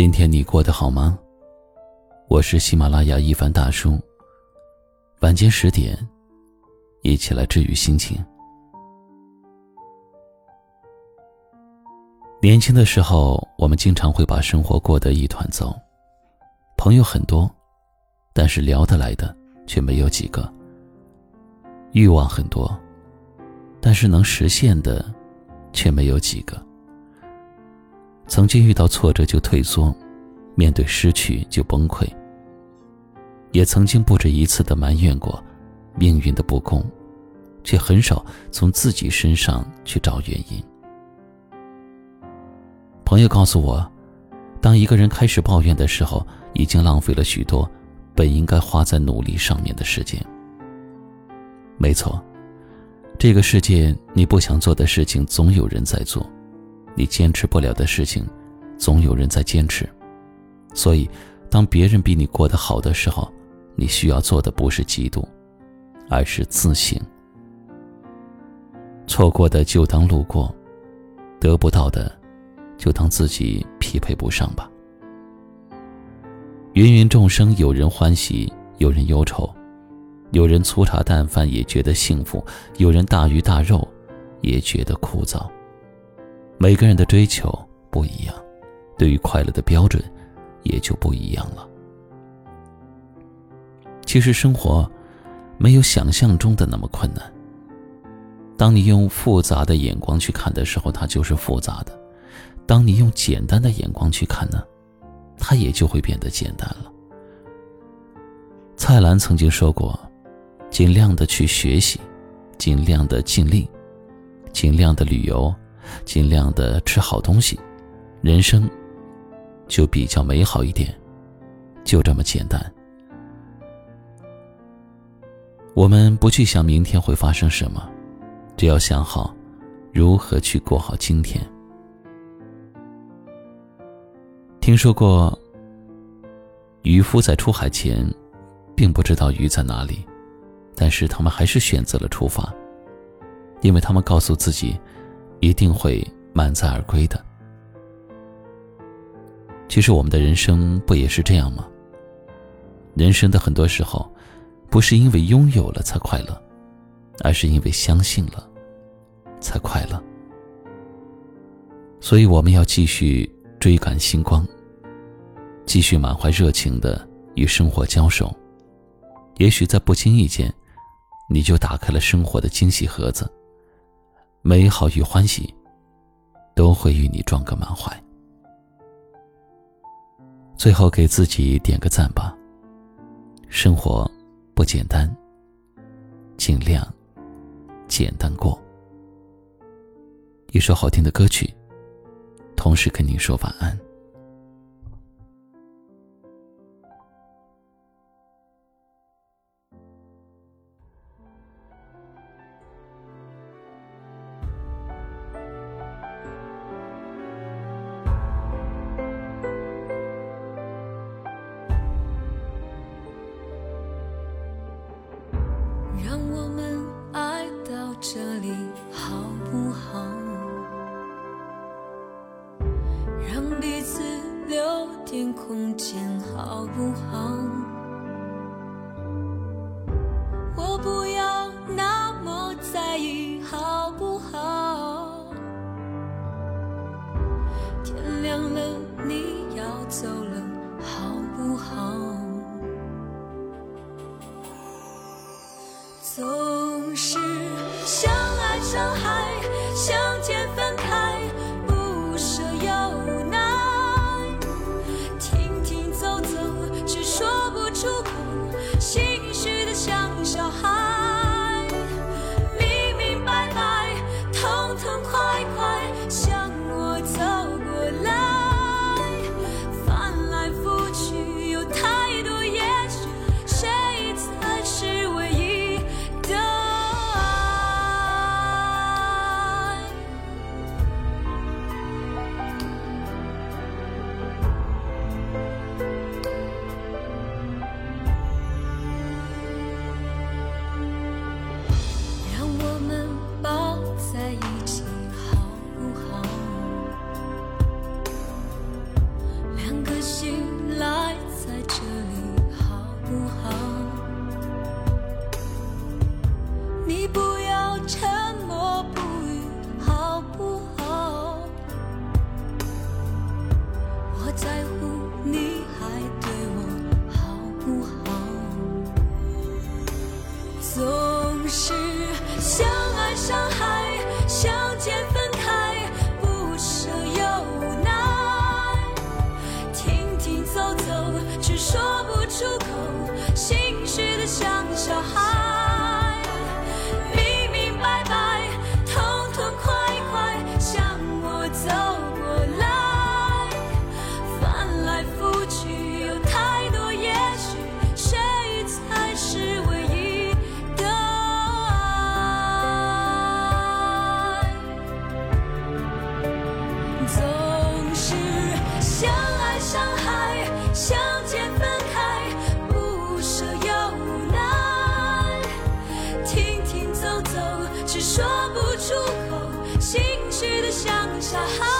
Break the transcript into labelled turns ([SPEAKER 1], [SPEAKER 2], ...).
[SPEAKER 1] 今天你过得好吗？我是喜马拉雅一凡大叔，晚间10点，一起来治愈心情。年轻的时候，我们经常会把生活过得一团糟，朋友很多，但是聊得来的却没有几个；欲望很多，但是能实现的却没有几个。曾经遇到挫折就退缩，面对失去就崩溃，也曾经不止一次地埋怨过命运的不公，却很少从自己身上去找原因。朋友告诉我，当一个人开始抱怨的时候，已经浪费了许多本应该花在努力上面的时间。没错，这个世界你不想做的事情总有人在做，你坚持不了的事情总有人在坚持。所以当别人比你过得好的时候，你需要做的不是嫉妒，而是自省。错过的就当路过，得不到的就当自己匹配不上吧。芸芸众生，有人欢喜，有人忧愁，有人粗茶淡饭也觉得幸福，有人大鱼大肉也觉得枯燥。每个人的追求不一样，对于快乐的标准也就不一样了。其实生活没有想象中的那么困难，当你用复杂的眼光去看的时候，它就是复杂的；当你用简单的眼光去看呢，它也就会变得简单了。蔡澜曾经说过，尽量的去学习，尽量的尽力，尽量的旅游，尽量的吃好东西，人生就比较美好一点，就这么简单。我们不去想明天会发生什么，只要想好如何去过好今天。听说过，渔夫在出海前并不知道鱼在哪里，但是他们还是选择了出发，因为他们告诉自己一定会满载而归的。其实我们的人生不也是这样吗？人生的很多时候不是因为拥有了才快乐，而是因为相信了才快乐。所以我们要继续追赶星光，继续满怀热情地与生活交手。也许在不经意间，你就打开了生活的惊喜盒子，美好与欢喜都会与你撞个满怀。最后给自己点个赞吧，生活不简单，尽量简单过。一首好听的歌曲，同时跟您说晚安。
[SPEAKER 2] 让我们爱到这里好不好？让彼此留点空间好不好？我不要那么在意好不好？天亮了你要走了好不好？总是相爱相害，相见分开，不舍又难，停停走走，却说不出口，心虚的像小孩，明明白白，痛痛快快，向我走过来，翻来覆去有太多，也许谁才是唯一的爱。 是相爱相害，相见分开，不舍又无奈，停停走走，却说不出口，心虚的像小孩，明明白白，痛痛快快，向我走过来，翻来覆去有太多也许，谁才是唯一的爱？总是相爱相害，相见分开，不舍又无奈，停停走走，却说不出口，心虚的像小孩。